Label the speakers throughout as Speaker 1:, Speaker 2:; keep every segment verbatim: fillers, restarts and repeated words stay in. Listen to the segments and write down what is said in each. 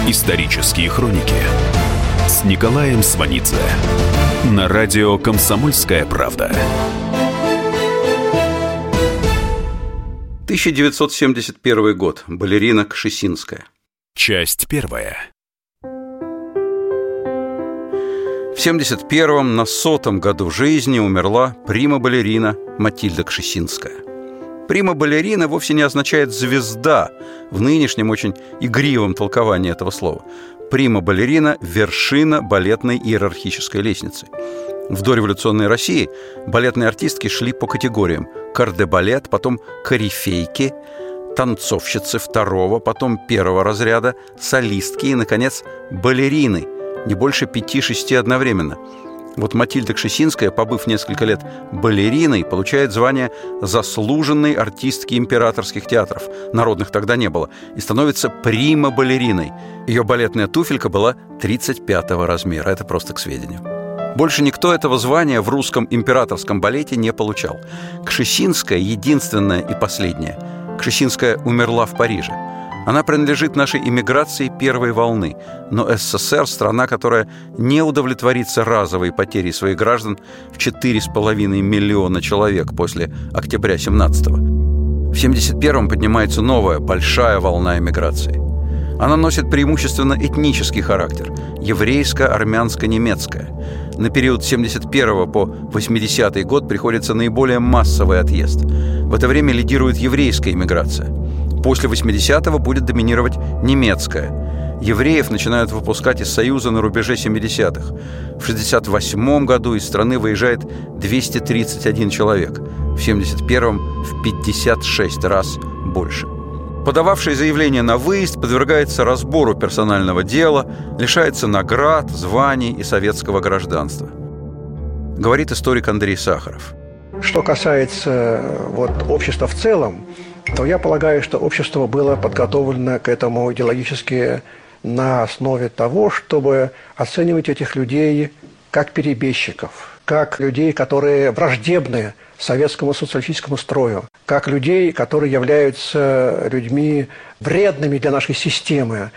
Speaker 1: Исторические хроники с Николаем Сванидзе на радио «Комсомольская правда».
Speaker 2: тысяча девятьсот семьдесят первый год. Балерина Кшесинская.
Speaker 1: Часть первая.
Speaker 2: В семьдесят первом, на сотом году жизни, умерла прима-балерина Матильда Кшесинская. Прима-балерина вовсе не означает «звезда» в нынешнем очень игривом толковании этого слова. Прима-балерина – вершина балетной иерархической лестницы. В дореволюционной России балетные артистки шли по категориям: кардебалет, потом корифейки, танцовщицы второго, потом первого разряда, солистки и, наконец, балерины, не больше пяти-шести одновременно. Вот Матильда Кшесинская, побыв несколько лет балериной, получает звание заслуженной артистки императорских театров, народных тогда не было, и становится прима-балериной. Ее балетная туфелька была тридцать пятого размера, это просто к сведению. Больше никто этого звания в русском императорском балете не получал. Кшесинская единственная и последняя. Кшесинская умерла в Париже. Она принадлежит нашей эмиграции первой волны, но СССР – страна, которая не удовлетворится разовой потерей своих граждан в четыре с половиной миллиона человек после октября семнадцатого. В семьдесят первом поднимается новая, большая волна эмиграции. Она носит преимущественно этнический характер – еврейско-армянско-немецкая. На период с семьдесят первого по восьмидесятый год приходится наиболее массовый отъезд. В это время лидирует еврейская эмиграция. После восьмидесятого будет доминировать немецкая. Евреев начинают выпускать из Союза на рубеже семидесятых. В шестьдесят восьмом году из страны выезжает двести тридцать один человек. В семьдесят первом в пятьдесят шесть раз больше. Подававший заявление на выезд подвергается разбору персонального дела, лишается наград, званий и советского гражданства. Говорит историк Андрей Сахаров.
Speaker 3: Что касается вот, общества в целом, то я полагаю, что общество было подготовлено к этому идеологически на основе того, чтобы оценивать этих людей как перебежчиков, как людей, которые враждебны советскому социалистическому строю, как людей, которые являются людьми вредными для нашей системы.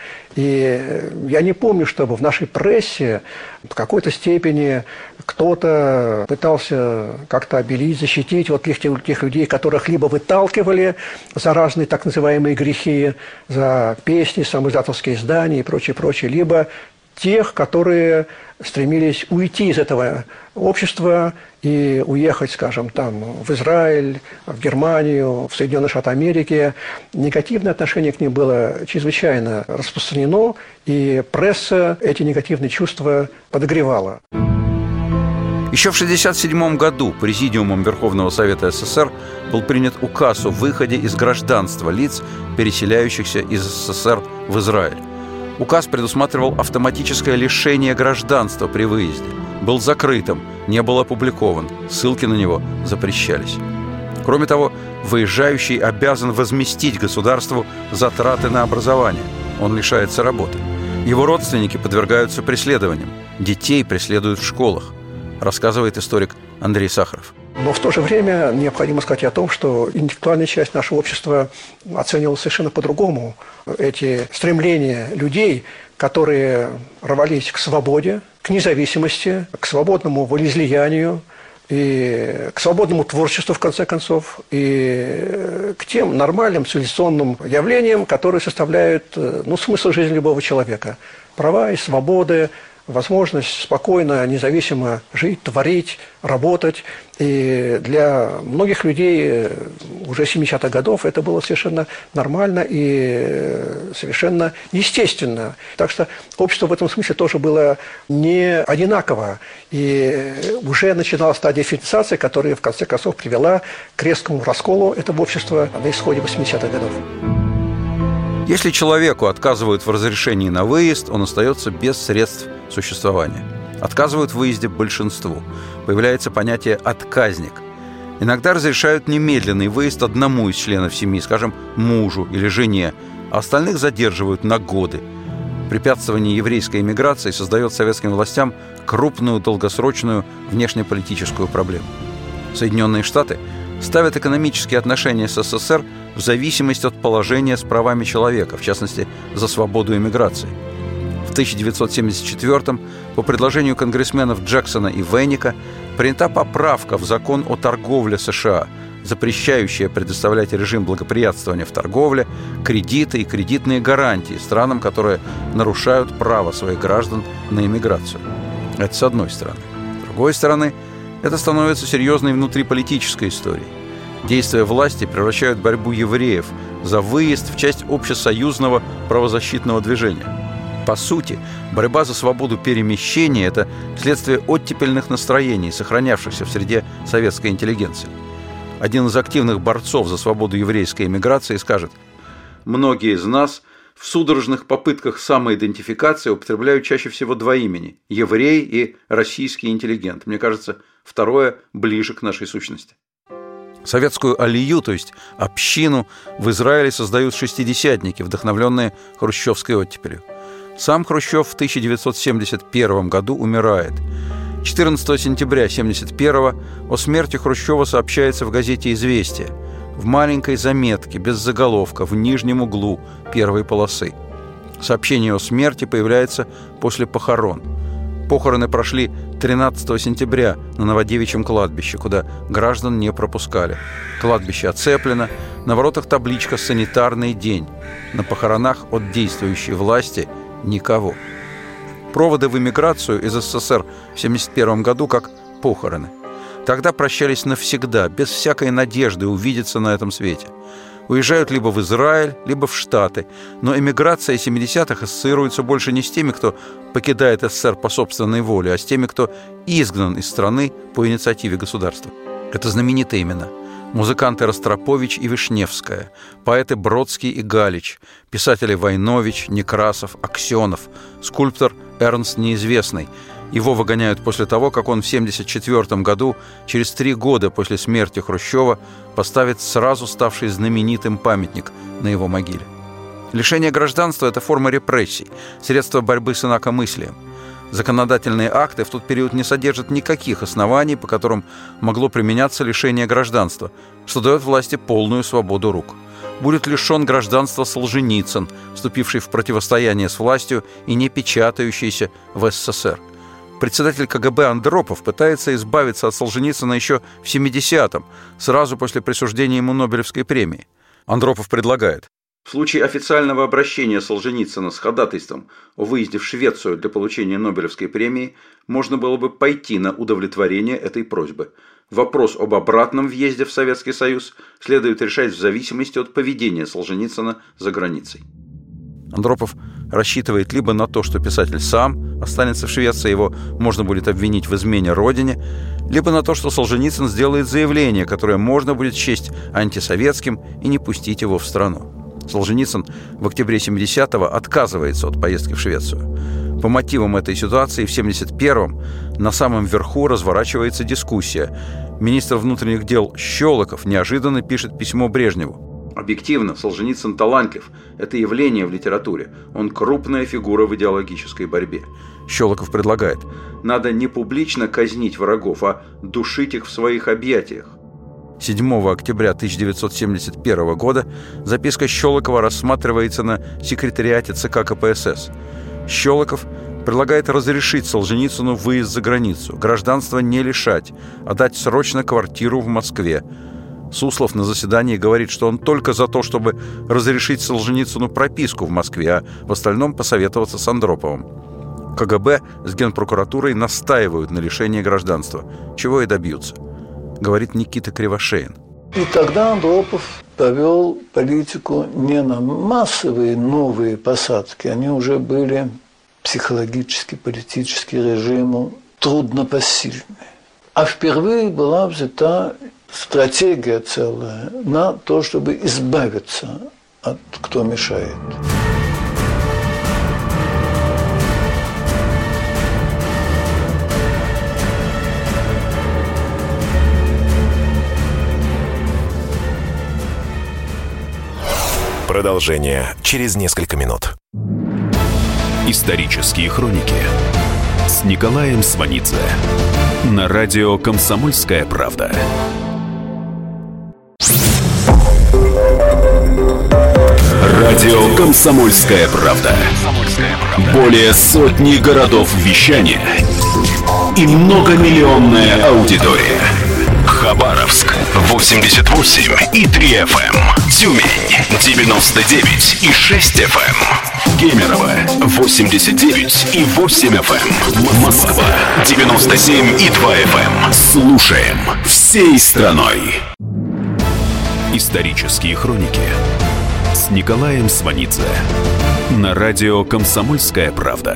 Speaker 3: И я не помню, чтобы в нашей прессе в какой-то степени кто-то пытался как-то обелить, защитить вот тех, тех людей, которых либо выталкивали за разные так называемые грехи, за песни, самоиздатовские издания и прочее, прочее, либо тех, которые стремились уйти из этого общества и уехать, скажем, там, в Израиль, в Германию, в Соединенные Штаты Америки. Негативное отношение к ним было чрезвычайно распространено, и пресса эти негативные чувства подогревала.
Speaker 2: Еще в шестьдесят седьмом году Президиумом Верховного Совета СССР был принят указ о выходе из гражданства лиц, переселяющихся из СССР в Израиль. Указ предусматривал автоматическое лишение гражданства при выезде. Был закрытым, не был опубликован, ссылки на него запрещались. Кроме того, выезжающий обязан возместить государству затраты на образование. Он лишается работы. Его родственники подвергаются преследованиям. Детей преследуют в школах, рассказывает историк Андрей Сахаров.
Speaker 3: Но в то же время необходимо сказать о том, что интеллектуальная часть нашего общества оценивала совершенно по-другому эти стремления людей, которые рвались к свободе, к независимости, к свободному волеизлиянию и к свободному творчеству, в конце концов, и к тем нормальным цивилизационным явлениям, которые составляют ну, смысл жизни любого человека. Права и свободы, возможность спокойно, независимо жить, творить, работать. И для многих людей уже семидесятых годов это было совершенно нормально и совершенно естественно. Так что общество в этом смысле тоже было не одинаково. И уже начиналась та дифференциация, которая в конце концов привела к резкому расколу этого общества на исходе восьмидесятых годов.
Speaker 2: Если человеку отказывают в разрешении на выезд, он остается без средств существования. Отказывают в выезде большинству. Появляется понятие «отказник». Иногда разрешают немедленный выезд одному из членов семьи, скажем, мужу или жене, а остальных задерживают на годы. Препятствование еврейской эмиграции создает советским властям крупную долгосрочную внешнеполитическую проблему. Соединенные Штаты ставят экономические отношения с СССР в зависимости от положения с правами человека, в частности, за свободу эмиграции. В тысяча девятьсот семьдесят четвёртом по предложению конгрессменов Джексона и Вейника принята поправка в закон о торговле США, запрещающая предоставлять режим благоприятствования в торговле, кредиты и кредитные гарантии странам, которые нарушают право своих граждан на иммиграцию. Это с одной стороны. С другой стороны, это становится серьезной внутриполитической историей. Действия власти превращают борьбу евреев за выезд в часть общесоюзного правозащитного движения. По сути, борьба за свободу перемещения – это следствие оттепельных настроений, сохранявшихся в среде советской интеллигенции. Один из активных борцов за свободу еврейской эмиграции скажет: «Многие из нас в судорожных попытках самоидентификации употребляют чаще всего два имени – еврей и российский интеллигент. Мне кажется, второе ближе к нашей сущности». Советскую алию, то есть общину, в Израиле создают шестидесятники, вдохновленные хрущевской оттепелью. Сам Хрущев в тысяча девятьсот семьдесят первом году умирает. четырнадцатого сентября тысяча девятьсот семьдесят первого о смерти Хрущева сообщается в газете «Известия» в маленькой заметке, без заголовка, в нижнем углу первой полосы. Сообщение о смерти появляется после похорон. Похороны прошли тринадцатого сентября на Новодевичьем кладбище, куда граждан не пропускали. Кладбище оцеплено, на воротах табличка «Санитарный день». На похоронах от действующей власти никого. Проводы в эмиграцию из СССР в семьдесят первом году как похороны. Тогда прощались навсегда, без всякой надежды увидеться на этом свете. Уезжают либо в Израиль, либо в Штаты. Но эмиграция семидесятых ассоциируется больше не с теми, кто покидает СССР по собственной воле, а с теми, кто изгнан из страны по инициативе государства. Это знаменитые имена. Музыканты Ростропович и Вишневская, поэты Бродский и Галич, писатели Войнович, Некрасов, Аксенов, скульптор Эрнст Неизвестный. Его выгоняют после того, как он в семьдесят четвёртом году, через три года после смерти Хрущева, поставит сразу ставший знаменитым памятник на его могиле. Лишение гражданства – это форма репрессий, средство борьбы с инакомыслием. Законодательные акты в тот период не содержат никаких оснований, по которым могло применяться лишение гражданства, что дает власти полную свободу рук. Будет лишен гражданства Солженицын, вступивший в противостояние с властью и не печатающийся в СССР. Председатель КГБ Андропов пытается избавиться от Солженицына еще в семидесятом, сразу после присуждения ему Нобелевской премии. Андропов предлагает: в случае официального обращения Солженицына с ходатайством о выезде в Швецию для получения Нобелевской премии можно было бы пойти на удовлетворение этой просьбы. Вопрос об обратном въезде в Советский Союз следует решать в зависимости от поведения Солженицына за границей. Андропов рассчитывает либо на то, что писатель сам останется в Швеции, его можно будет обвинить в измене родине, либо на то, что Солженицын сделает заявление, которое можно будет счесть антисоветским и не пустить его в страну. Солженицын в октябре семидесятого отказывается от поездки в Швецию. По мотивам этой ситуации в семьдесят первом на самом верху разворачивается дискуссия. Министр внутренних дел Щелоков неожиданно пишет письмо Брежневу. Объективно, Солженицын талантлив. Это явление в литературе. Он крупная фигура в идеологической борьбе. Щелоков предлагает: надо не публично казнить врагов, а душить их в своих объятиях. седьмого октября тысяча девятьсот семьдесят первого года записка Щелокова рассматривается на секретариате ЦК КПСС. Щелоков предлагает разрешить Солженицыну выезд за границу, гражданство не лишать, а дать срочно квартиру в Москве. Суслов на заседании говорит, что он только за то, чтобы разрешить Солженицыну прописку в Москве, а в остальном посоветоваться с Андроповым. КГБ с Генпрокуратурой настаивают на лишении гражданства, чего и добьются, говорит Никита Кривошеин.
Speaker 4: И тогда Андропов повел политику не на массовые новые посадки, они уже были психологически, политически режиму труднопосильны. А впервые была взята стратегия целая на то, чтобы избавиться от кто мешает.
Speaker 1: Продолжение через несколько минут. Исторические хроники с Николаем Сванидзе на радио «Комсомольская правда». Радио «Комсомольская правда». Более сотни городов вещания и многомиллионная аудитория. Хабаровск восемьдесят восемь и три эф эм, Тюмень девяносто девять и шесть эф эм, Кемерово восемьдесят девять и восемь эф эм, Москва девяносто семь и два эф эм. Слушаем всей страной. Исторические хроники с Николаем Сванидзе на радио «Комсомольская правда».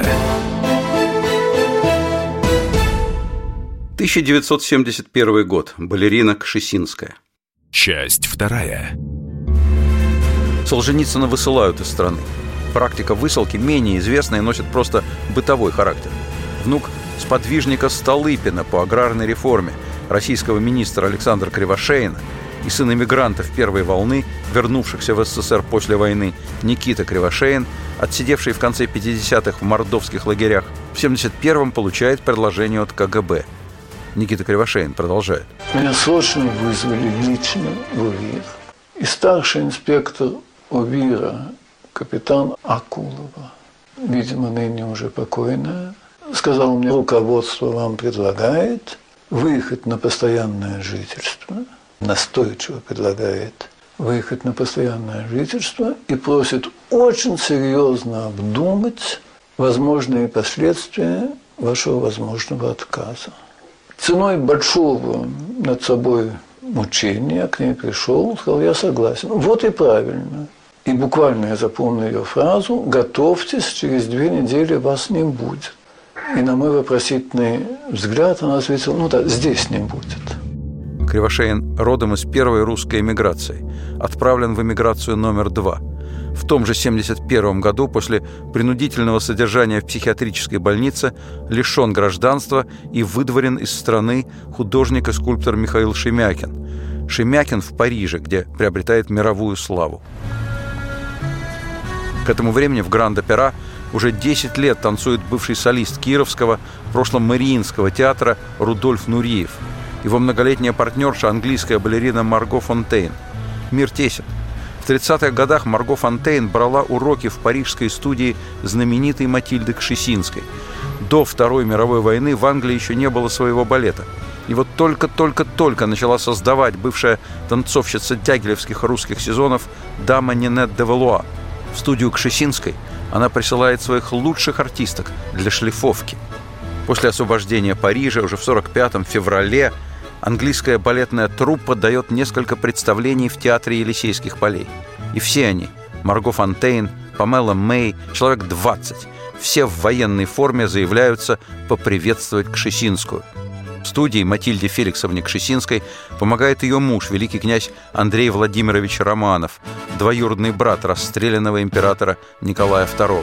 Speaker 2: тысяча девятьсот семьдесят первый год. Балерина Кшесинская.
Speaker 1: Часть вторая.
Speaker 2: Солженицына высылают из страны. Практика высылки менее известна и носит просто бытовой характер. Внук сподвижника Столыпина по аграрной реформе, российского министра Александра Кривошеина, и сын эмигрантов первой волны, вернувшихся в СССР после войны, Никита Кривошеин, отсидевший в конце пятидесятых в мордовских лагерях, в семьдесят первом получает предложение от ка гэ бэ. Никита Кривошеин продолжает.
Speaker 4: Меня срочно вызвали лично в УВИР. И старший инспектор УВИРа, капитан Акулова, видимо, ныне уже покойная, сказал мне, руководство вам предлагает выехать на постоянное жительство, настойчиво предлагает выехать на постоянное жительство и просит очень серьезно обдумать возможные последствия вашего возможного отказа. Ценой большого над собой мучения я к ней пришел, сказал, я согласен. Вот и правильно. И буквально я запомнил ее фразу: готовьтесь, через две недели вас не будет. И на мой вопросительный взгляд она ответила, ну да, здесь не будет.
Speaker 2: Кривошеин родом из первой русской эмиграции, отправлен в эмиграцию номер два. В том же семьдесят первом году после принудительного содержания в психиатрической больнице лишен гражданства и выдворен из страны художник и скульптор Михаил Шемякин. Шемякин в Париже, где приобретает мировую славу. К этому времени в Гранд-Опера уже десять лет танцует бывший солист Кировского, в прошлом Мариинского театра Рудольф Нуриев. Его многолетняя партнерша, английская балерина Марго Фонтейн. Мир тесен. В тридцатых годах Марго Фонтейн брала уроки в парижской студии знаменитой Матильды Кшесинской. До Второй мировой войны в Англии еще не было своего балета. И вот только-только-только начала создавать бывшая танцовщица дягилевских русских сезонов дама Нинет де Валуа. В студию Кшесинской она присылает своих лучших артисток для шлифовки. После освобождения Парижа уже в сорок пятом феврале английская балетная труппа дает несколько представлений в театре Елисейских полей. И все они – Марго Фонтейн, Памела Мэй, человек двадцать – все в военной форме заявляются поприветствовать Кшесинскую. В студии Матильде Феликсовне Кшесинской помогает ее муж, великий князь Андрей Владимирович Романов, двоюродный брат расстрелянного императора Николая второго.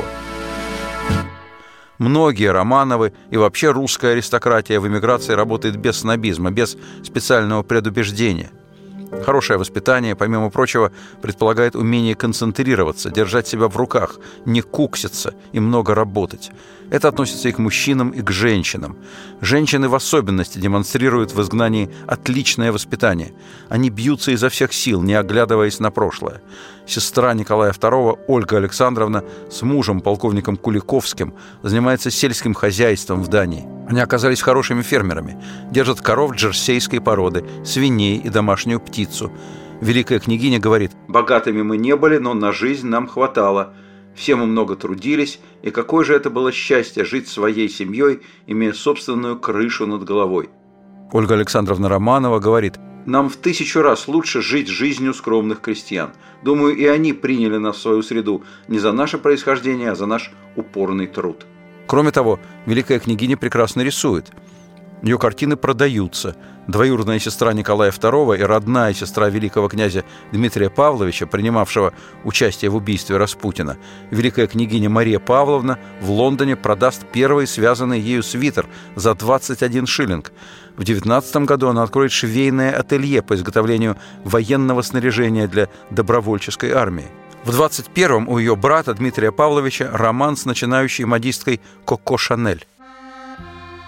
Speaker 2: Многие Романовы и вообще русская аристократия в эмиграции работает без снобизма, без специального предубеждения. Хорошее воспитание, помимо прочего, предполагает умение концентрироваться, держать себя в руках, не кукситься и много работать. Это относится и к мужчинам, и к женщинам. Женщины в особенности демонстрируют в изгнании отличное воспитание. Они бьются изо всех сил, не оглядываясь на прошлое. Сестра Николая второго, Ольга Александровна, с мужем, полковником Куликовским, занимается сельским хозяйством в Дании. Они оказались хорошими фермерами, держат коров джерсейской породы, свиней и домашнюю птицу. Великая княгиня говорит: «Богатыми мы не были, но на жизнь нам хватало. Все мы много трудились, и какое же это было счастье жить своей семьей, имея собственную крышу над головой». Ольга Александровна Романова говорит: «Нам в тысячу раз лучше жить жизнью скромных крестьян. Думаю, и они приняли нас в свою среду не за наше происхождение, а за наш упорный труд». Кроме того, великая княгиня прекрасно рисует. Ее картины продаются. Двоюродная сестра Николая второго и родная сестра великого князя Дмитрия Павловича, принимавшего участие в убийстве Распутина, великая княгиня Мария Павловна в Лондоне продаст первый связанный ею свитер за двадцать один шиллинг. В девятнадцатом году она откроет швейное ателье по изготовлению военного снаряжения для добровольческой армии. В двадцать первом у ее брата Дмитрия Павловича роман с начинающей модисткой Коко Шанель.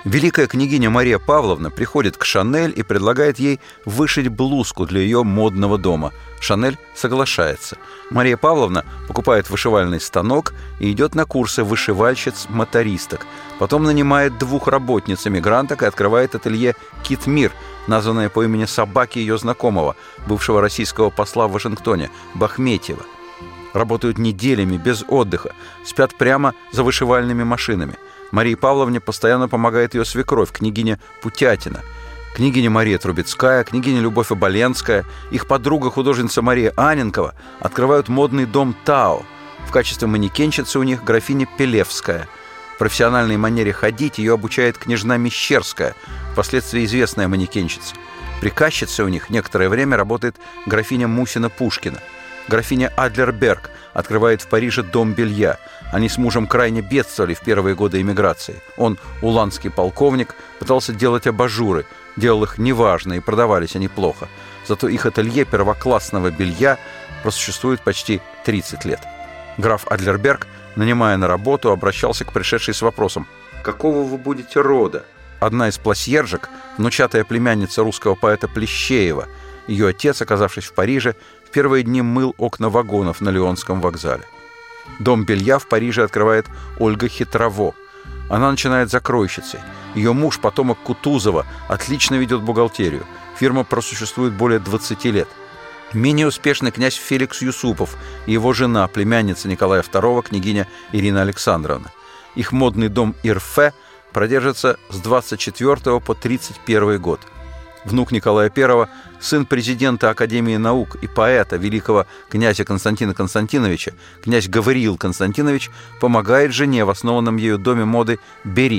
Speaker 2: Великая княгиня Мария Павловна приходит к Шанель и предлагает ей вышить блузку для ее модного дома. Шанель соглашается. Мария Павловна покупает вышивальный станок и идет на курсы вышивальщиц-мотористок. Потом нанимает двух работниц-эмигранток и открывает ателье «Кит-Мир», названное по имени собаки ее знакомого, бывшего российского посла в Вашингтоне, Бахметьева. Работают неделями, без отдыха, спят прямо за вышивальными машинами. Марии Павловне постоянно помогает ее свекровь, княгиня Путятина, княгиня Мария Трубецкая, княгиня Любовь Оболенская. Их подруга, художница Мария Анненкова, открывают модный дом «Тао». В качестве манекенщицы у них графиня Пелевская. В профессиональной манере ходить ее обучает княжна Мещерская, впоследствии известная манекенщица. Приказчицей у них некоторое время работает графиня Мусина-Пушкина. Графиня Адлерберг открывает в Париже дом белья. Они с мужем крайне бедствовали в первые годы эмиграции. Он, уланский полковник, пытался делать абажуры, делал их неважно, и продавались они плохо. Зато их ателье первоклассного белья просуществует почти тридцать лет. Граф Адлерберг, нанимая на работу, обращался к пришедшей с вопросом: «Какого вы будете рода?» Одна из пласьержек, внучатая племянница русского поэта Плещеева. Ее отец, оказавшись в Париже, в первые дни мыл окна вагонов на Лионском вокзале. Дом белья в Париже открывает Ольга Хитрово. Она начинает закройщицей. Ее муж, потомок Кутузова, отлично ведет бухгалтерию. Фирма просуществует более двадцати лет. Менее успешный князь Феликс Юсупов и его жена, племянница Николая второго, княгиня Ирина Александровна. Их модный дом Ирфе продержится с двадцать четвёртого по тридцать первый год. Внук Николая первого, сын президента Академии наук и поэта, великого князя Константина Константиновича, князь Гавриил Константинович, помогает жене в основанном ею доме моды «Бери».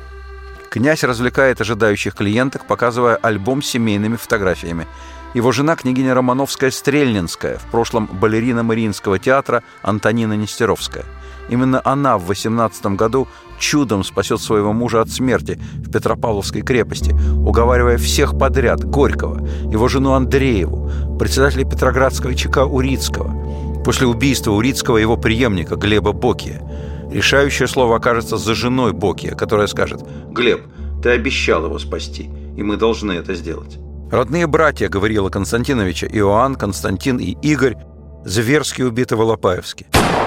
Speaker 2: Князь развлекает ожидающих клиенток, показывая альбом с семейными фотографиями. Его жена, княгиня Романовская-Стрельнинская, в прошлом балерина Мариинского театра Антонина Нестеровская. Именно она в восемнадцатом году чудом спасет своего мужа от смерти в Петропавловской крепости, уговаривая всех подряд: Горького, его жену Андрееву, председателя Петроградского ЧК Урицкого. После убийства Урицкого его преемника Глеба Бокия. Решающее слово окажется за женой Бокия, которая скажет: «Глеб, ты обещал его спасти, и мы должны это сделать». Родные братья Гавриила Константиновича, Иоанн, Константин и Игорь, зверски убиты в Алапаевске.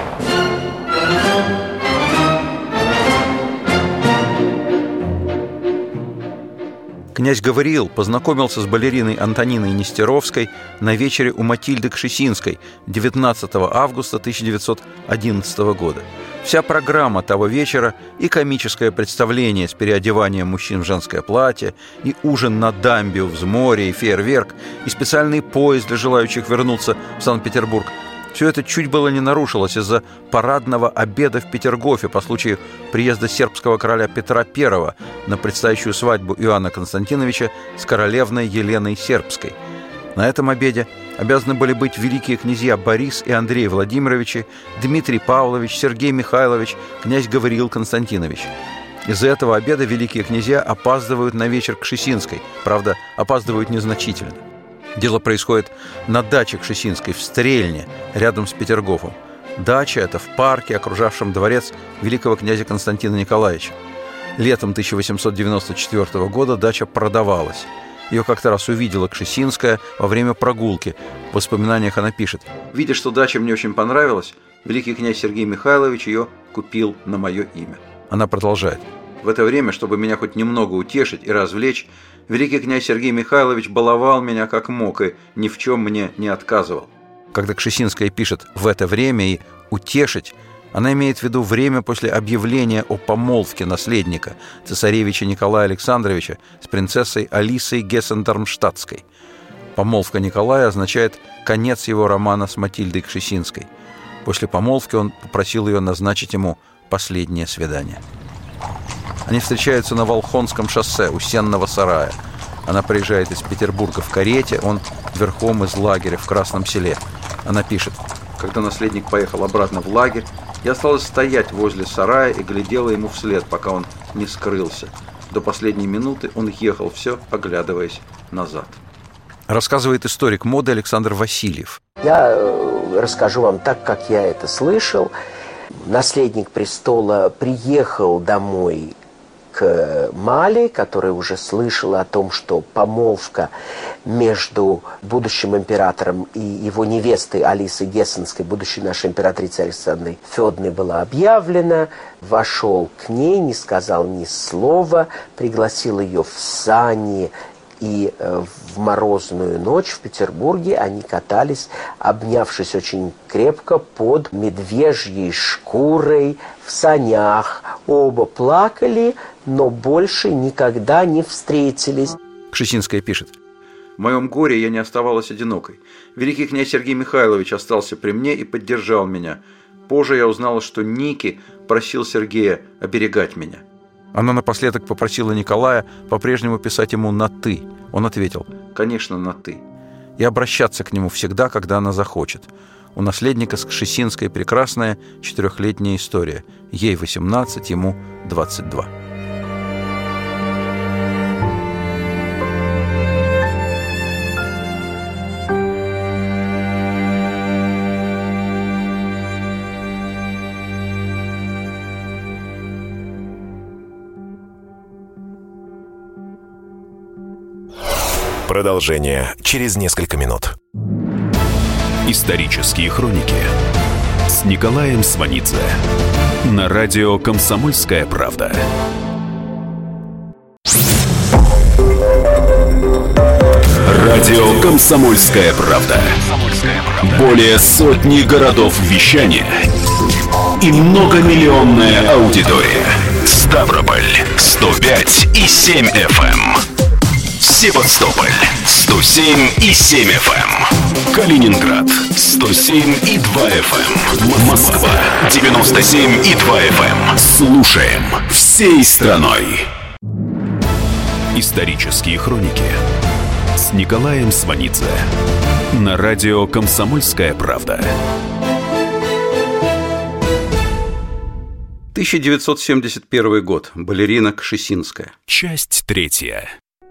Speaker 2: Князь Гавриил познакомился с балериной Антониной Нестеровской на вечере у Матильды Кшесинской девятнадцатого августа тысяча девятьсот одиннадцатого года. Вся программа того вечера – и комическое представление с переодеванием мужчин в женское платье, и ужин на дамбе у взморья, и фейерверк, и специальный поезд для желающих вернуться в Санкт-Петербург – все это чуть было не нарушилось из-за парадного обеда в Петергофе по случаю приезда сербского короля Петра Первого на предстоящую свадьбу Иоанна Константиновича с королевной Еленой Сербской. На этом обеде обязаны были быть великие князья Борис и Андрей Владимировичи, Дмитрий Павлович, Сергей Михайлович, князь Гавриил Константинович. Из-за этого обеда великие князья опаздывают на вечер к Кшесинской, правда, опаздывают незначительно. Дело происходит на даче Кшесинской в Стрельне, рядом с Петергофом. Дача эта в парке, окружавшем дворец великого князя Константина Николаевича. Летом тысяча восемьсот девяносто четвёртого года дача продавалась. Ее как-то раз увидела Кшесинская во время прогулки. В воспоминаниях она пишет: «Видя, что дача мне очень понравилась, великий князь Сергей Михайлович ее купил на мое имя». Она продолжает: «В это время, чтобы меня хоть немного утешить и развлечь, великий князь Сергей Михайлович баловал меня как мог и ни в чем мне не отказывал». Когда Кшесинская пишет «в это время» и «утешить», она имеет в виду время после объявления о помолвке наследника, цесаревича Николая Александровича, с принцессой Алисой Гессен-Дармштадтской. Помолвка Николая означает конец его романа с Матильдой Кшесинской. После помолвки он попросил ее назначить ему последнее свидание. Они встречаются на Волхонском шоссе у Сенного сарая. Она приезжает из Петербурга в карете, он верхом из лагеря в Красном Селе. Она пишет: «Когда наследник поехал обратно в лагерь, я осталась стоять возле сарая и глядела ему вслед, пока он не скрылся. До последней минуты он ехал, все оглядываясь назад». Рассказывает историк моды Александр Васильев.
Speaker 5: Я расскажу вам так, как я это слышал. Наследник престола приехал домой к к Мале, которая уже слышала о том, что помолвка между будущим императором и его невестой Алисой Гессенской, будущей нашей императрицей Александрой Федоровной, была объявлена. Вошел к ней, не сказал ни слова, пригласил ее в сани. И в морозную ночь в Петербурге они катались, обнявшись очень крепко под медвежьей шкурой в санях. Оба плакали, но больше никогда не встретились.
Speaker 2: Кшесинская пишет: «В моем горе я не оставалась одинокой. Великий князь Сергей Михайлович остался при мне и поддержал меня. Позже я узнала, что Ники просил Сергея оберегать меня». Она напоследок попросила Николая по-прежнему писать ему на «ты». Он ответил: «Конечно, на «ты». И обращаться к нему всегда, когда она захочет. У наследника с Кшесинской прекрасная четырехлетняя история. Ей восемнадцать, ему двадцать два.
Speaker 1: Продолжение через несколько минут. Исторические хроники с Николаем Сванидзе на радио «Комсомольская правда». Радио «Комсомольская правда». Более сотни городов вещания и многомиллионная аудитория. Ставрополь сто пять и семь эф эм. Севастополь сто семь и семь эф эм. Калининград сто семь и два эф эм. Москва девяносто семь и два эф эм. Слушаем всей страной. Исторические хроники с Николаем Сванидзе на радио «Комсомольская правда».
Speaker 2: тысяча девятьсот семьдесят первый год. Балерина Кшесинская.
Speaker 1: Часть третья.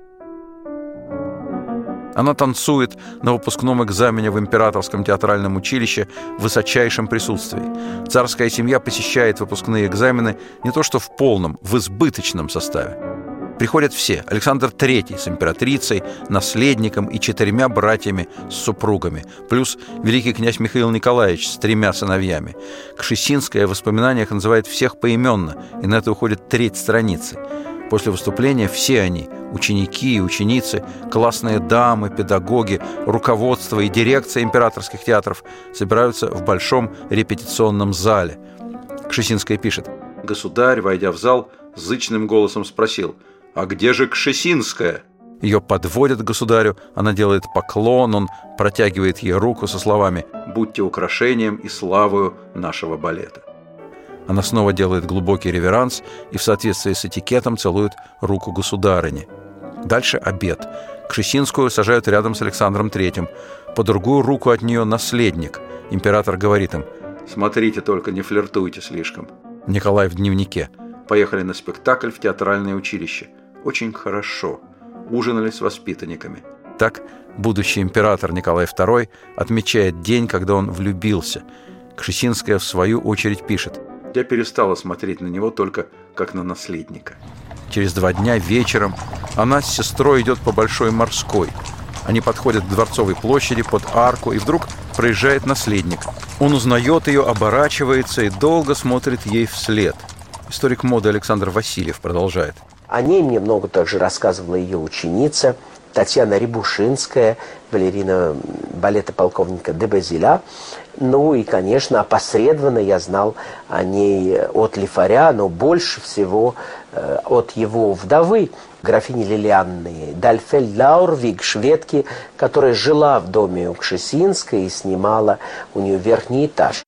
Speaker 2: Она танцует на выпускном экзамене в Императорском театральном училище в высочайшем присутствии. Царская семья посещает выпускные экзамены не то что в полном, в избыточном составе. Приходят все: Александр Третий с императрицей, наследником и четырьмя братьями с супругами, плюс великий князь Михаил Николаевич с тремя сыновьями. Кшесинская в воспоминаниях называет всех поименно, и на это уходит треть страницы. После выступления все они – ученики и ученицы, классные дамы, педагоги, руководство и дирекция императорских театров – собираются в большом репетиционном зале. Кшесинская пишет: «Государь, войдя в зал, зычным голосом спросил: «А где же Кшесинская?» Ее подводят к государю, она делает поклон, он протягивает ей руку со словами: «Будьте украшением и славою нашего балета». Она снова делает глубокий реверанс и в соответствии с этикетом целует руку государыни. Дальше обед. Кшесинскую сажают рядом с Александром Третьим. По другую руку от нее наследник. Император говорит им: «Смотрите, только не флиртуйте слишком». Николай в дневнике: «Поехали на спектакль в театральное училище. Очень хорошо. Ужинали с воспитанниками». Так будущий император Николай Второй отмечает день, когда он влюбился. Кшесинская в свою очередь пишет: «Я перестала смотреть на него только как на наследника». Через два дня вечером она с сестрой идет по Большой Морской. Они подходят к Дворцовой площади под арку, и вдруг проезжает наследник. Он узнает ее, оборачивается и долго смотрит ей вслед. Историк моды Александр Васильев продолжает:
Speaker 5: О ней мне много также рассказывала ее ученица Татьяна Рябушинская, балерина балета полковника де Базиля. Ну и, конечно, опосредованно я знал о ней от Лифаря, но больше всего э, от его вдовы, графини Лилианны Дальфельд-Лаурвиг, шведки, которая жила в доме у Кшесинской и снимала у нее верхний этаж.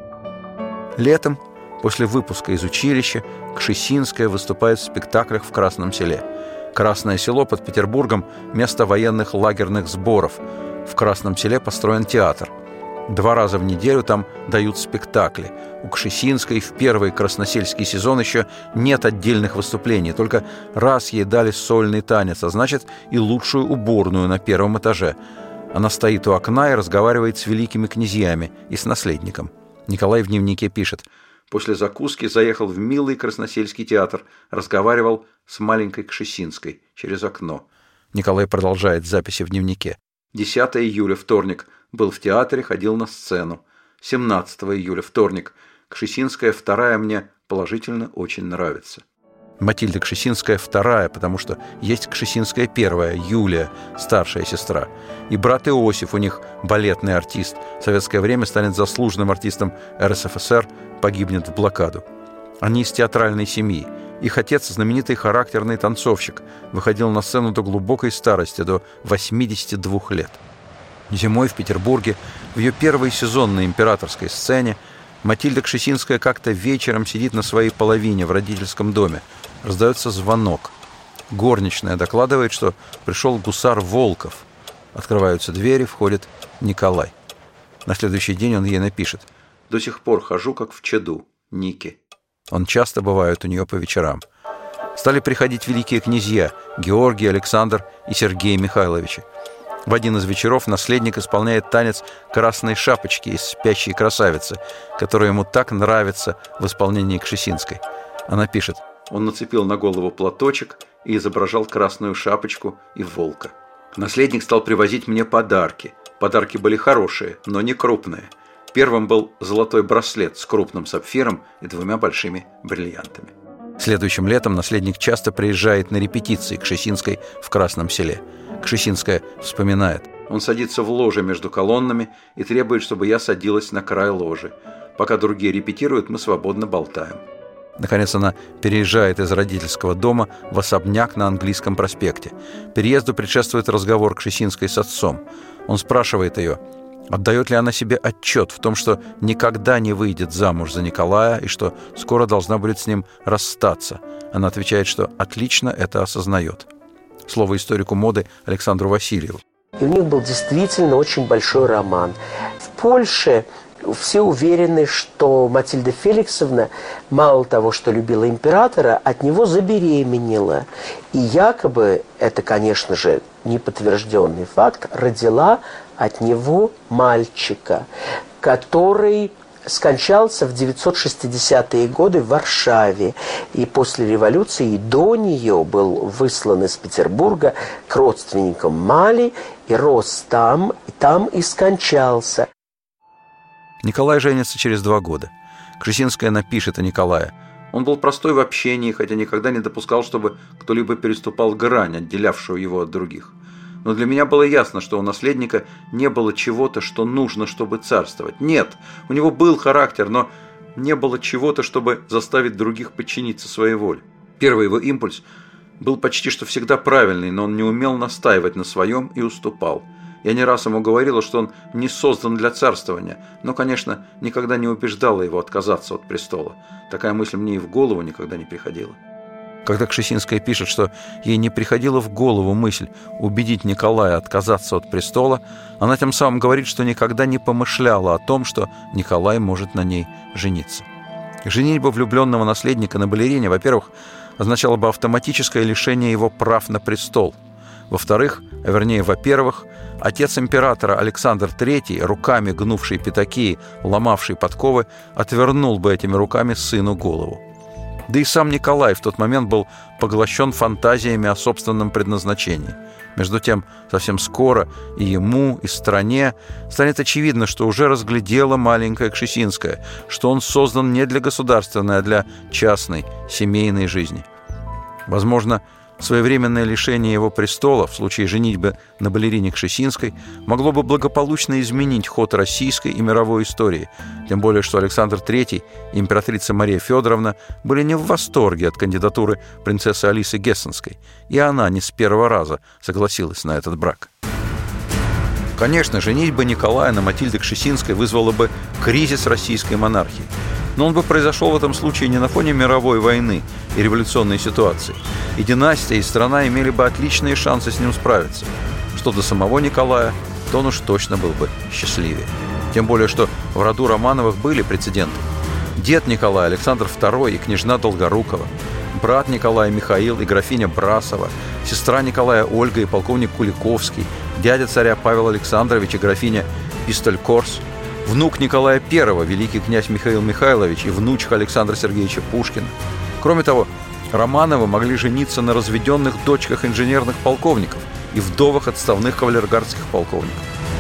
Speaker 2: Летом, после выпуска из училища, Кшесинская выступает в спектаклях в Красном Селе. Красное Село под Петербургом – место военных лагерных сборов. В Красном Селе построен театр. Два раза в неделю там дают спектакли. У Кшесинской в первый красносельский сезон еще нет отдельных выступлений, только раз ей дали сольный танец, а значит и лучшую уборную на первом этаже. Она стоит у окна и разговаривает с великими князьями и с наследником. Николай в дневнике пишет: После закуски заехал в милый Красносельский театр, разговаривал с маленькой Кшесинской через окно. Николай продолжает записи в дневнике. десятого июля, вторник, был в театре, ходил на сцену. семнадцатого июля, вторник, Кшесинская вторая мне положительно очень нравится. Матильда Кшесинская вторая, потому что есть Кшесинская первая, Юлия, старшая сестра. И брат Иосиф у них балетный артист. В советское время станет заслуженным артистом эр эс эф эс эр, погибнет в блокаду. Они из театральной семьи. Их отец, знаменитый характерный танцовщик, выходил на сцену до глубокой старости, до восьмидесяти двух лет. Зимой в Петербурге, в ее первый сезон на императорской сцене, Матильда Кшесинская как-то вечером сидит на своей половине в родительском доме. Раздается звонок. Горничная докладывает, что пришел гусар Волков. Открываются двери, входит Николай. На следующий день он ей напишет: «До сих пор хожу, как в чаду, Ники». Он часто бывает у нее по вечерам. Стали приходить великие князья Георгий, Александр и Сергей Михайловичи. В один из вечеров наследник исполняет танец «Красной шапочки» из «Спящей красавицы», который ему так нравится в исполнении Кшесинской. Она пишет: «Он нацепил на голову платочек и изображал красную шапочку и волка. Наследник стал привозить мне подарки. Подарки были хорошие, но не крупные. Первым был золотой браслет с крупным сапфиром и двумя большими бриллиантами». Следующим летом наследник часто приезжает на репетиции к Кшесинской в Красном Селе. Кшесинская вспоминает: «Он садится в ложе между колоннами и требует, чтобы я садилась на край ложи. Пока другие репетируют, мы свободно болтаем». Наконец она переезжает из родительского дома в особняк на Английском проспекте. Переезду предшествует разговор Кшесинской с отцом. Он спрашивает ее, отдает ли она себе отчет в том, что никогда не выйдет замуж за Николая и что скоро должна будет с ним расстаться. Она отвечает, что отлично это осознает. Слово историку моды Александру Васильеву.
Speaker 5: И у них был действительно очень большой роман. В Польше все уверены, что Матильда Феликсовна, мало того, что любила императора, от него забеременела. И якобы, это, конечно же, неподтвержденный факт, родила от него мальчика, который скончался в девятьсот шестидесятые годы в Варшаве. И после революции и до нее был выслан из Петербурга к родственникам Мали и рос там, и там и скончался.
Speaker 2: Николай женится через два года. Кшесинская напишет о Николае: «Он был простой в общении, хотя никогда не допускал, чтобы кто-либо переступал грань, отделявшую его от других. Но для меня было ясно, что у наследника не было чего-то, что нужно, чтобы царствовать. Нет, у него был характер, но не было чего-то, чтобы заставить других подчиниться своей воле. Первый его импульс был почти что всегда правильный, но он не умел настаивать на своем и уступал. Я не раз ему говорила, что он не создан для царствования, но, конечно, никогда не убеждала его отказаться от престола. Такая мысль мне и в голову никогда не приходила». Когда Кшесинская пишет, что ей не приходила в голову мысль убедить Николая отказаться от престола, она тем самым говорит, что никогда не помышляла о том, что Николай может на ней жениться. Женитьба влюбленного наследника на балерине, во-первых, означало бы автоматическое лишение его прав на престол. Во-вторых, а вернее, во-первых, отец императора Александр Третий, руками гнувший пятаки, ломавший подковы, отвернул бы этими руками сыну голову. Да и сам Николай в тот момент был поглощен фантазиями о собственном предназначении. Между тем, совсем скоро и ему, и стране станет очевидно, что уже разглядела маленькая Кшесинская, что он создан не для государственной, а для частной, семейной жизни. Возможно, своевременное лишение его престола в случае женитьбы на балерине Кшесинской могло бы благополучно изменить ход российской и мировой истории, тем более что Александр Третий и императрица Мария Федоровна были не в восторге от кандидатуры принцессы Алисы Гессенской, и она не с первого раза согласилась на этот брак. Конечно, женитьба Николая на Матильде Кшесинской вызвала бы кризис российской монархии. Но он бы произошел в этом случае не на фоне мировой войны и революционной ситуации. И династия, и страна имели бы отличные шансы с ним справиться. Что до самого Николая, то он уж точно был бы счастливее. Тем более, что в роду Романовых были прецеденты. Дед Николая, Александр Второй и княжна Долгорукова, брат Николая Михаил и графиня Брасова, сестра Николая Ольга и полковник Куликовский, дядя царя Павел Александрович и графиня Пистолькорс, внук Николая Первого, великий князь Михаил Михайлович и внучка Александра Сергеевича Пушкина. Кроме того, Романовы могли жениться на разведенных дочках инженерных полковников и вдовах отставных кавалергардских полковников.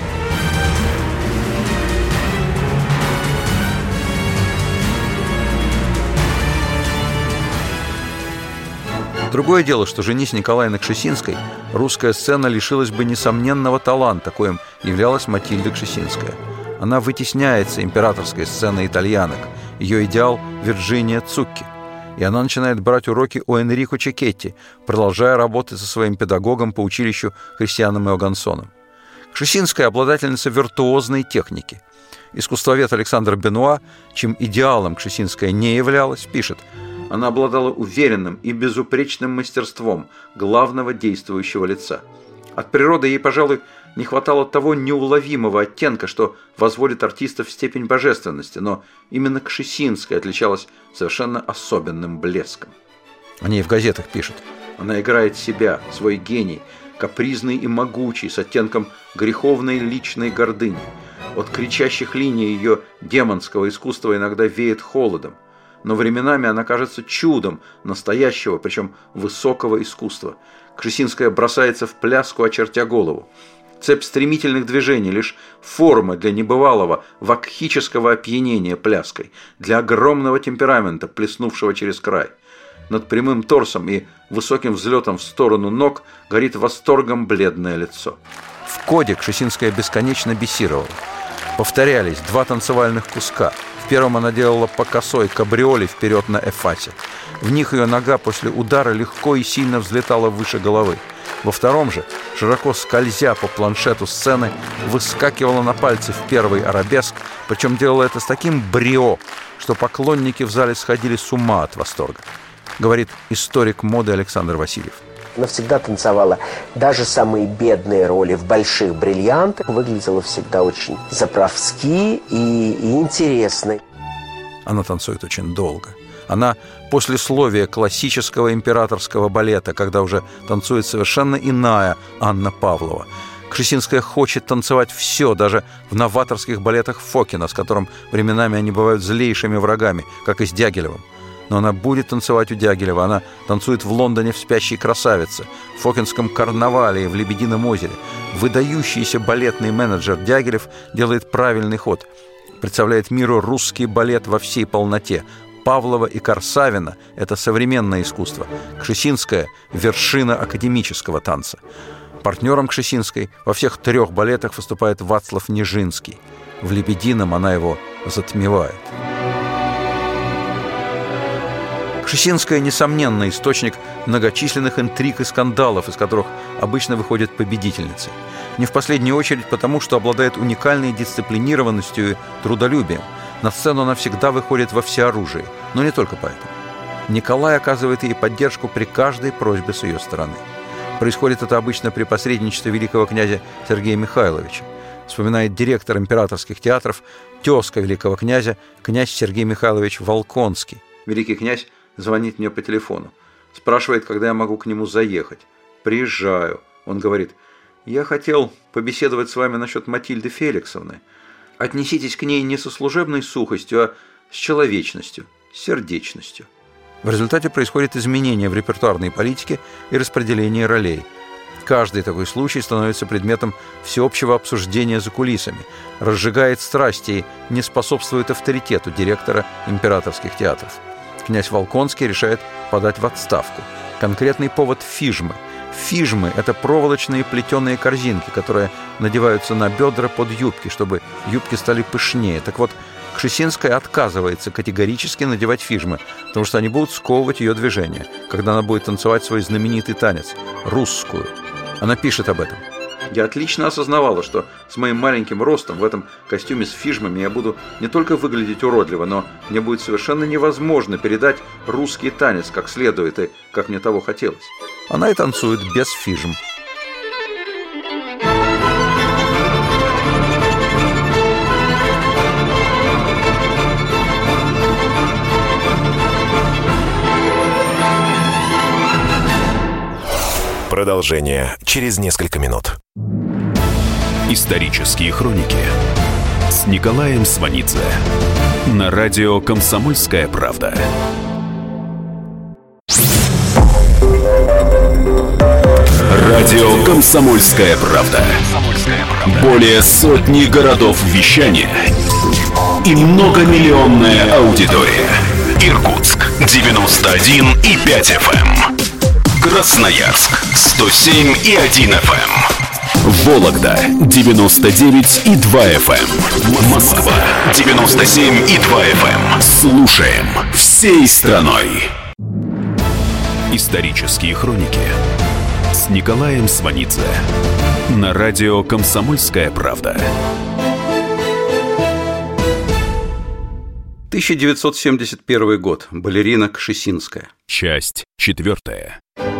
Speaker 2: Другое дело, что женись Николай на Кшесинской, русская сцена лишилась бы несомненного таланта, коим являлась Матильда Кшесинская. Она вытесняется императорской сценой итальянок, ее идеал – Вирджиния Цукки. И она начинает брать уроки у Энрико Чекетти, продолжая работать со своим педагогом по училищу Христианом Иогансоном. Кшесинская – обладательница виртуозной техники. Искусствовед Александр Бенуа, чьим идеалом Кшесинская не являлась, пишет: она обладала уверенным и безупречным мастерством главного действующего лица. От природы ей, пожалуй, не хватало того неуловимого оттенка, что возводит артиста в степень божественности, но именно Кшесинская отличалась совершенно особенным блеском. О ней в газетах пишут: она играет себя, свой гений, капризный и могучий, с оттенком греховной личной гордыни. От кричащих линий ее демонского искусства иногда веет холодом, но временами она кажется чудом настоящего, причем высокого искусства. Кшесинская бросается в пляску, очертя голову. Цепь стремительных движений – лишь форма для небывалого вакхического опьянения пляской, для огромного темперамента, плеснувшего через край. Над прямым торсом и высоким взлетом в сторону ног горит восторгом бледное лицо. В «Коде» Кшесинская бесконечно бесировала. Повторялись два танцевальных куска. В первом она делала по косой кабриоле вперед на эфасе. В них ее нога после удара легко и сильно взлетала выше головы. Во втором же, широко скользя по планшету сцены, выскакивала на пальцы в первый арабеск, причем делала это с таким брио, что поклонники в зале сходили с ума от восторга, говорит историк моды Александр Васильев.
Speaker 5: Она всегда танцевала даже самые бедные роли в больших бриллиантах. Выглядела всегда очень заправски и, и интересной.
Speaker 2: Она танцует очень долго. Она послесловие классического императорского балета, когда уже танцует совершенно иная Анна Павлова. Кшесинская хочет танцевать все, даже в новаторских балетах Фокина, с которым временами они бывают злейшими врагами, как и с Дягилевым. Но она будет танцевать у Дягилева. Она танцует в Лондоне в «Спящей красавице», в Фокинском карнавале и в «Лебедином озере». Выдающийся балетный менеджер Дягилев делает правильный ход. Представляет миру русский балет во всей полноте. Павлова и Корсавина – это современное искусство. Кшесинская – вершина академического танца. Партнером Кшесинской во всех трех балетах выступает Вацлав Нижинский. В «Лебедином» она его затмевает. Кшесинская, несомненно, источник многочисленных интриг и скандалов, из которых обычно выходит победительницей. Не в последнюю очередь потому, что обладает уникальной дисциплинированностью и трудолюбием. На сцену она всегда выходит во всеоружии, но не только поэтому. Николай оказывает ей поддержку при каждой просьбе с ее стороны. Происходит это обычно при посредничестве великого князя Сергея Михайловича. Вспоминает директор императорских театров, тезка великого князя, князь Сергей Михайлович Волконский. Великий князь звонит мне по телефону. Спрашивает, когда я могу к нему заехать. Приезжаю. Он говорит: я хотел побеседовать с вами насчет Матильды Феликсовны. Отнеситесь к ней не со служебной сухостью, а с человечностью, с сердечностью. В результате происходит изменение в репертуарной политике и распределении ролей. Каждый такой случай становится предметом всеобщего обсуждения за кулисами, разжигает страсти и не способствует авторитету директора императорских театров. Князь Волконский решает подать в отставку. Конкретный повод – фижмы. Фижмы – это проволочные плетеные корзинки, которые надеваются на бедра под юбки, чтобы юбки стали пышнее. Так вот, Кшесинская отказывается категорически надевать фижмы, потому что они будут сковывать ее движение, когда она будет танцевать свой знаменитый танец – русскую. Она пишет об этом. Я отлично осознавала, что с моим маленьким ростом в этом костюме с фижмами я буду не только выглядеть уродливо, но мне будет совершенно невозможно передать русский танец как следует и как мне того хотелось. Она и танцует без фижм.
Speaker 1: Продолжение через несколько минут. Исторические хроники с Николаем Сванидзе на радио «Комсомольская правда». Радио «Комсомольская правда». Более сотни городов вещания и многомиллионная аудитория. Иркутск девяносто один и пять эф эм, Красноярск сто семь и один эф эм, Вологда девяносто девять и два эф эм, Москва девяносто семь и два эф эм. Слушаем всей страной. Исторические хроники с Николаем Сванидзе на радио «Комсомольская правда».
Speaker 2: тысяча девятьсот семьдесят первый год. Балерина Кшесинская.
Speaker 1: Часть четвертая.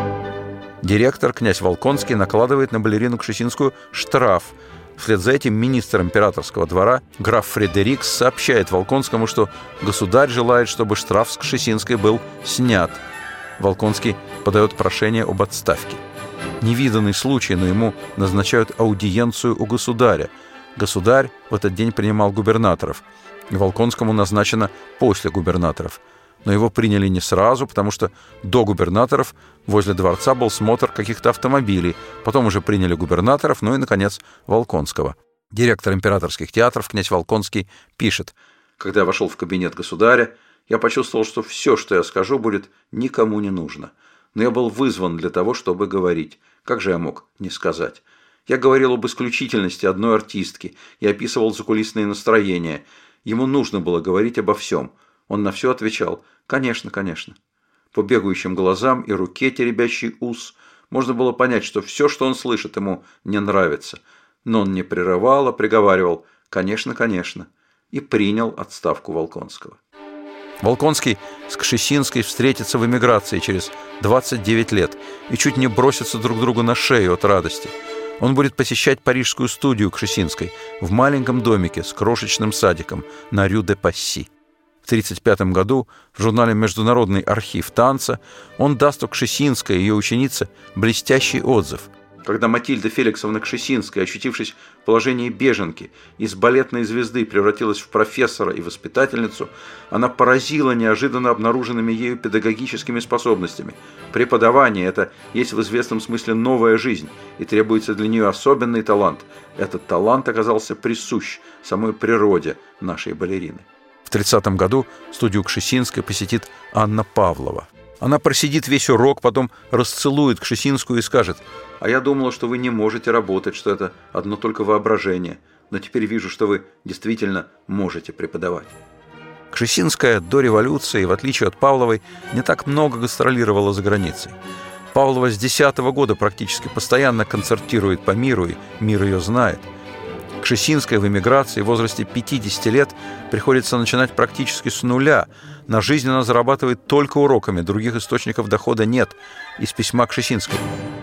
Speaker 2: Директор князь Волконский накладывает на балерину Кшесинскую штраф. Вслед за этим министр императорского двора граф Фредерикс сообщает Волконскому, что государь желает, чтобы штраф с Кшесинской был снят. Волконский подает прошение об отставке. Невиданный случай, но ему назначают аудиенцию у государя. Государь в этот день принимал губернаторов. И Волконскому назначено после губернаторов. Но его приняли не сразу, потому что до губернаторов возле дворца был смотр каких-то автомобилей. Потом уже приняли губернаторов, ну и, наконец, Волконского. Директор императорских театров князь Волконский пишет: «Когда я вошел в кабинет государя, я почувствовал, что все, что я скажу, будет никому не нужно. Но я был вызван для того, чтобы говорить. Как же я мог не сказать? Я говорил об исключительности одной артистки и описывал закулисные настроения. Ему нужно было говорить обо всем. Он на все отвечал: конечно, конечно». По бегающим глазам и руке, теребящий ус, можно было понять, что все, что он слышит, ему не нравится. Но он не прерывал, а приговаривал: конечно, конечно, и принял отставку Волконского. Волконский с Кшесинской встретятся в эмиграции через двадцать девять лет и чуть не бросятся друг другу на шею от радости. Он будет посещать парижскую студию Кшесинской в маленьком домике с крошечным садиком на Рю-де-Пасси. В тысяча девятьсот тридцать пятом году в журнале «Международный архив танца» он даст о Кшесинской и ее ученице блестящий отзыв. Когда Матильда Феликсовна Кшесинская, очутившись в положении беженки, из балетной звезды превратилась в профессора и воспитательницу, она поразила неожиданно обнаруженными ею педагогическими способностями. Преподавание – это есть в известном смысле новая жизнь, и требуется для нее особенный талант. Этот талант оказался присущ самой природе нашей балерины. В тридцатом году студию Кшесинской посетит Анна Павлова. Она просидит весь урок, потом расцелует Кшесинскую и скажет: «А я думала, что вы не можете работать, что это одно только воображение, но теперь вижу, что вы действительно можете преподавать». Кшесинская до революции, в отличие от Павловой, не так много гастролировала за границей. Павлова с десятого года практически постоянно концертирует по миру, и мир ее знает. Кшесинская в эмиграции в возрасте пятидесяти лет приходится начинать практически с нуля. На жизнь она зарабатывает только уроками, других источников дохода нет. Из письма Кшесинской: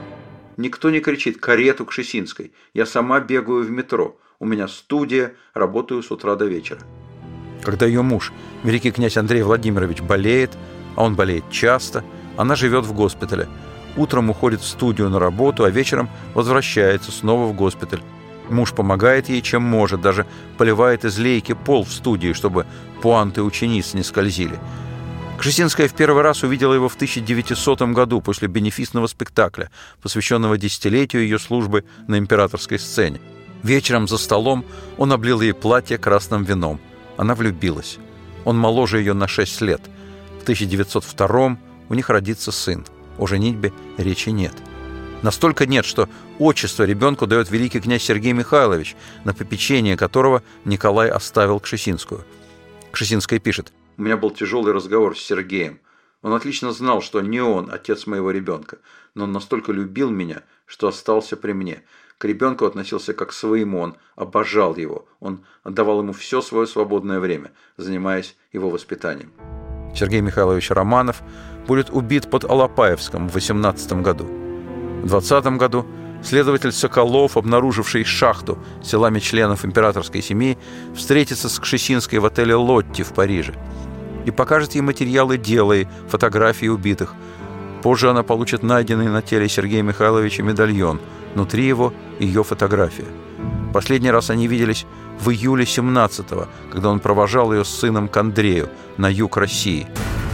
Speaker 2: «Никто не кричит карету Кшесинской. Я сама бегаю в метро. У меня студия, работаю с утра до вечера». Когда ее муж, великий князь Андрей Владимирович, болеет, а он болеет часто, она живет в госпитале. Утром уходит в студию на работу, а вечером возвращается снова в госпиталь. Муж помогает ей, чем может, даже поливает из лейки пол в студии, чтобы пуанты учениц не скользили. Кшесинская в первый раз увидела его в тысяча девятисотом году после бенефисного спектакля, посвященного десятилетию ее службы на императорской сцене. Вечером за столом он облил ей платье красным вином. Она влюбилась. Он моложе ее на шесть лет. В тысяча девятьсот втором у них родится сын. О женитьбе речи нет. Настолько нет, что отчество ребенку дает великий князь Сергей Михайлович, на попечение которого Николай оставил Кшесинскую. Кшесинская пишет: «У меня был тяжелый разговор с Сергеем. Он отлично знал, что не он отец моего ребенка, но он настолько любил меня, что остался при мне. К ребенку относился как к своему, он обожал его, он отдавал ему все свое свободное время, занимаясь его воспитанием». Сергей Михайлович Романов будет убит под Алапаевском в восемнадцатом году. В двадцатом году следователь Соколов, обнаруживший шахту с телами членов императорской семьи, встретится с Кшесинской в отеле «Лотти» в Париже и покажет ей материалы дела и фотографии убитых. Позже она получит найденный на теле Сергея Михайловича медальон. Внутри его ее фотография. Последний раз они виделись в июле семнадцатого, когда он провожал ее с сыном к Андрею на юг России.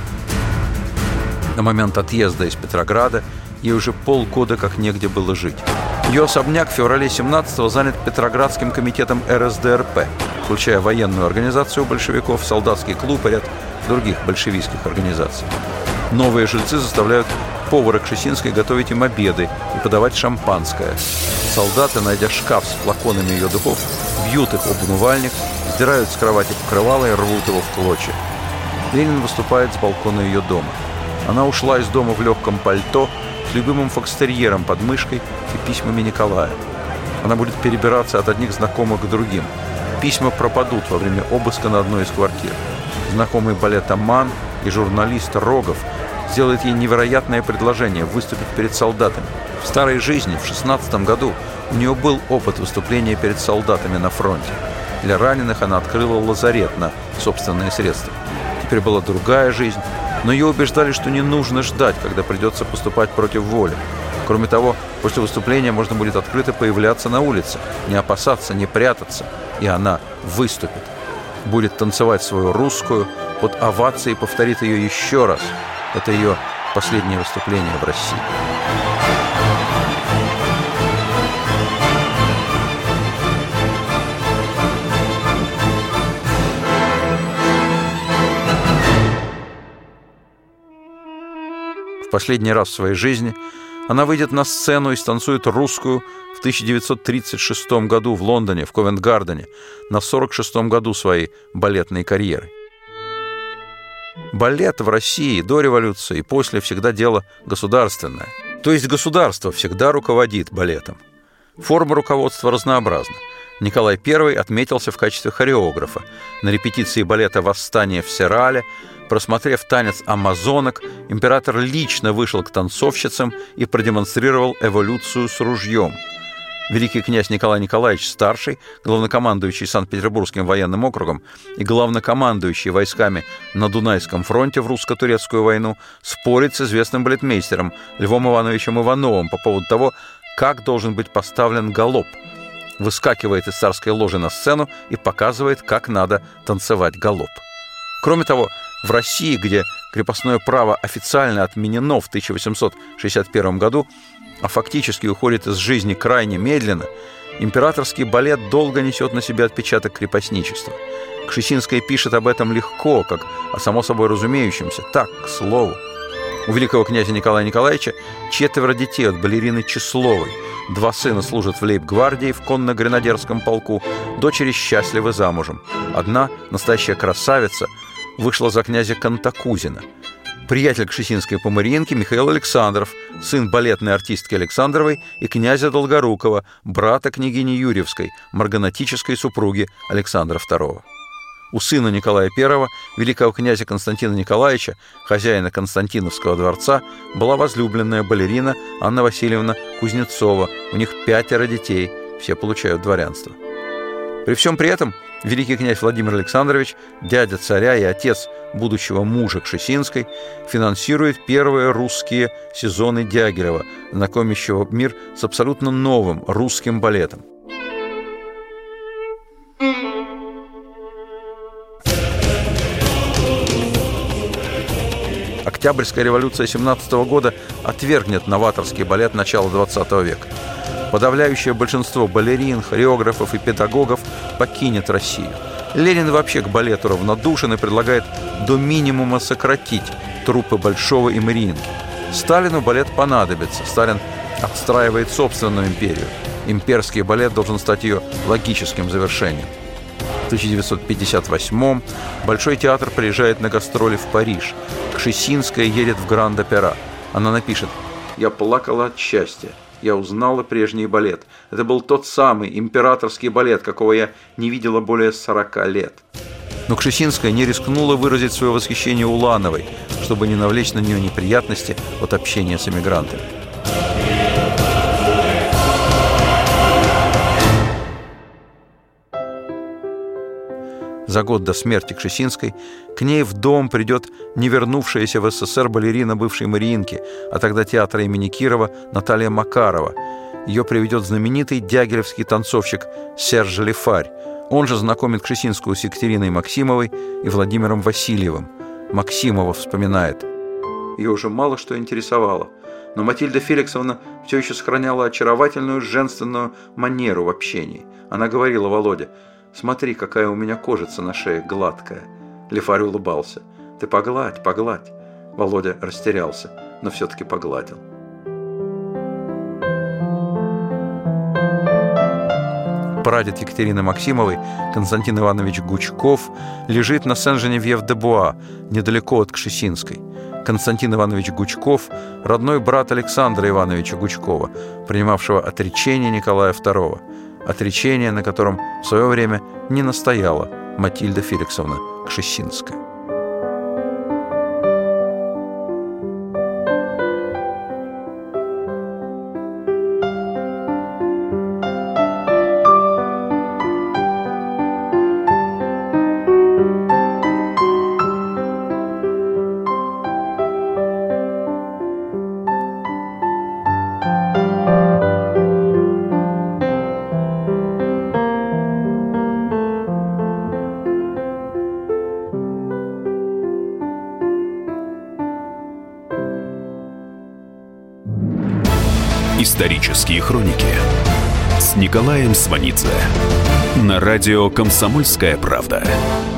Speaker 2: На момент отъезда из Петрограда ей уже полгода как негде было жить. Ее особняк в феврале семнадцатого занят Петроградским комитетом эр эс дэ эр пэ, включая военную организацию большевиков, солдатский клуб и ряд других большевистских организаций. Новые жильцы заставляют повара Кшесинской готовить им обеды и подавать шампанское. Солдаты, найдя шкаф с флаконами ее духов, бьют их об умывальник, сдирают с кровати покрывало и рвут его в клочья. Ленин выступает с балкона ее дома. Она ушла из дома в легком пальто, с любимым фокстерьером под мышкой и письмами Николая. Она будет перебираться от одних знакомых к другим. Письма пропадут во время обыска на одной из квартир. Знакомый балетоман и журналист Рогов сделает ей невероятное предложение выступить перед солдатами. В старой жизни, в шестнадцатом году, у нее был опыт выступления перед солдатами на фронте. Для раненых она открыла лазарет на собственные средства. Теперь была другая жизнь, но ее убеждали, что не нужно ждать, когда придется поступать против воли. Кроме того, после выступления можно будет открыто появляться на улице, не опасаться, не прятаться. И она выступит. Будет танцевать свою русскую, под овацией повторит ее еще раз. Это ее последнее выступление в России. В последний раз в своей жизни она выйдет на сцену и станцует русскую в тысяча девятьсот тридцать шестом году в Лондоне, в Ковент-Гардене, на сорок шестом году своей балетной карьеры. Балет в России до революции и после всегда дело государственное. То есть государство всегда руководит балетом. Форма руководства разнообразна. Николай Первый отметился в качестве хореографа. На репетиции балета «Восстание в Серале», просмотрев танец амазонок, император лично вышел к танцовщицам и продемонстрировал эволюцию с ружьем. Великий князь Николай Николаевич Старший, главнокомандующий Санкт-Петербургским военным округом и главнокомандующий войсками на Дунайском фронте в русско-турецкую войну, спорит с известным балетмейстером Львом Ивановичем Ивановым по поводу того, как должен быть поставлен галоп. Выскакивает из царской ложи на сцену и показывает, как надо танцевать галоп. Кроме того, в России, где крепостное право официально отменено в тысяча восемьсот шестьдесят первом году, а фактически уходит из жизни крайне медленно, императорский балет долго несет на себе отпечаток крепостничества. Кшесинская пишет об этом легко, как о само собой разумеющемся, так, к слову. У великого князя Николая Николаевича четверо детей от балерины Числовой. Два сына служат в лейб-гвардии в конно-гренадерском полку, дочери счастливы замужем. Одна, настоящая красавица, вышла за князя Кантакузина. Приятель Кшесинской по Мариинке Михаил Александров, сын балетной артистки Александровой и князя Долгорукова, брата княгини Юрьевской, марганатической супруги Александра Второго. У сына Николая Первого, великого князя Константина Николаевича, хозяина Константиновского дворца, была возлюбленная балерина Анна Васильевна Кузнецова. У них пятеро детей, все получают дворянство. При всем при этом великий князь Владимир Александрович, дядя царя и отец будущего мужа Кшесинской, финансирует первые русские сезоны Дягилева, знакомящего мир с абсолютно новым русским балетом. Октябрьская революция семнадцатого года отвергнет новаторский балет начала двадцатого века. Подавляющее большинство балерин, хореографов и педагогов покинет Россию. Ленин вообще к балету равнодушен и предлагает до минимума сократить труппы Большого и Мариинки. Сталину балет понадобится. Сталин отстраивает собственную империю. Имперский балет должен стать ее логическим завершением. В тысяча девятьсот пятьдесят восьмом Большой театр приезжает на гастроли в Париж. Кшесинская едет в Гранд-Опера. Она напишет: «Я плакала от счастья. Я узнала прежний балет. Это был тот самый императорский балет, какого я не видела более сорока лет». Но Кшесинская не рискнула выразить свое восхищение Улановой, чтобы не навлечь на нее неприятности от общения с эмигрантами. За год до смерти Кшесинской к ней в дом придет не вернувшаяся в СССР балерина бывшей Мариинки, а тогда театра имени Кирова Наталья Макарова. ее приведет знаменитый дягилевский танцовщик Серж Лифарь. Он же знакомит Кшесинскую с Екатериной Максимовой и Владимиром Васильевым. Максимова вспоминает: ее уже мало что интересовало, но Матильда Феликсовна все еще сохраняла очаровательную женственную манеру в общении. Она говорила Володе: «Смотри, какая у меня кожица на шее гладкая». Лифарь улыбался: «Ты погладь, погладь». Володя растерялся, но все-таки погладил. Прадед Екатерины Максимовой, Константин Иванович Гучков, лежит на Сен-Женевьев-де-Буа, недалеко от Кшесинской. Константин Иванович Гучков – родной брат Александра Ивановича Гучкова, принимавшего отречение Николая второго. Отречение, на котором в свое время не настояла Матильда Феликсовна Кшесинская.
Speaker 1: Исторические хроники с Николаем Сванидзе на радио «Комсомольская правда».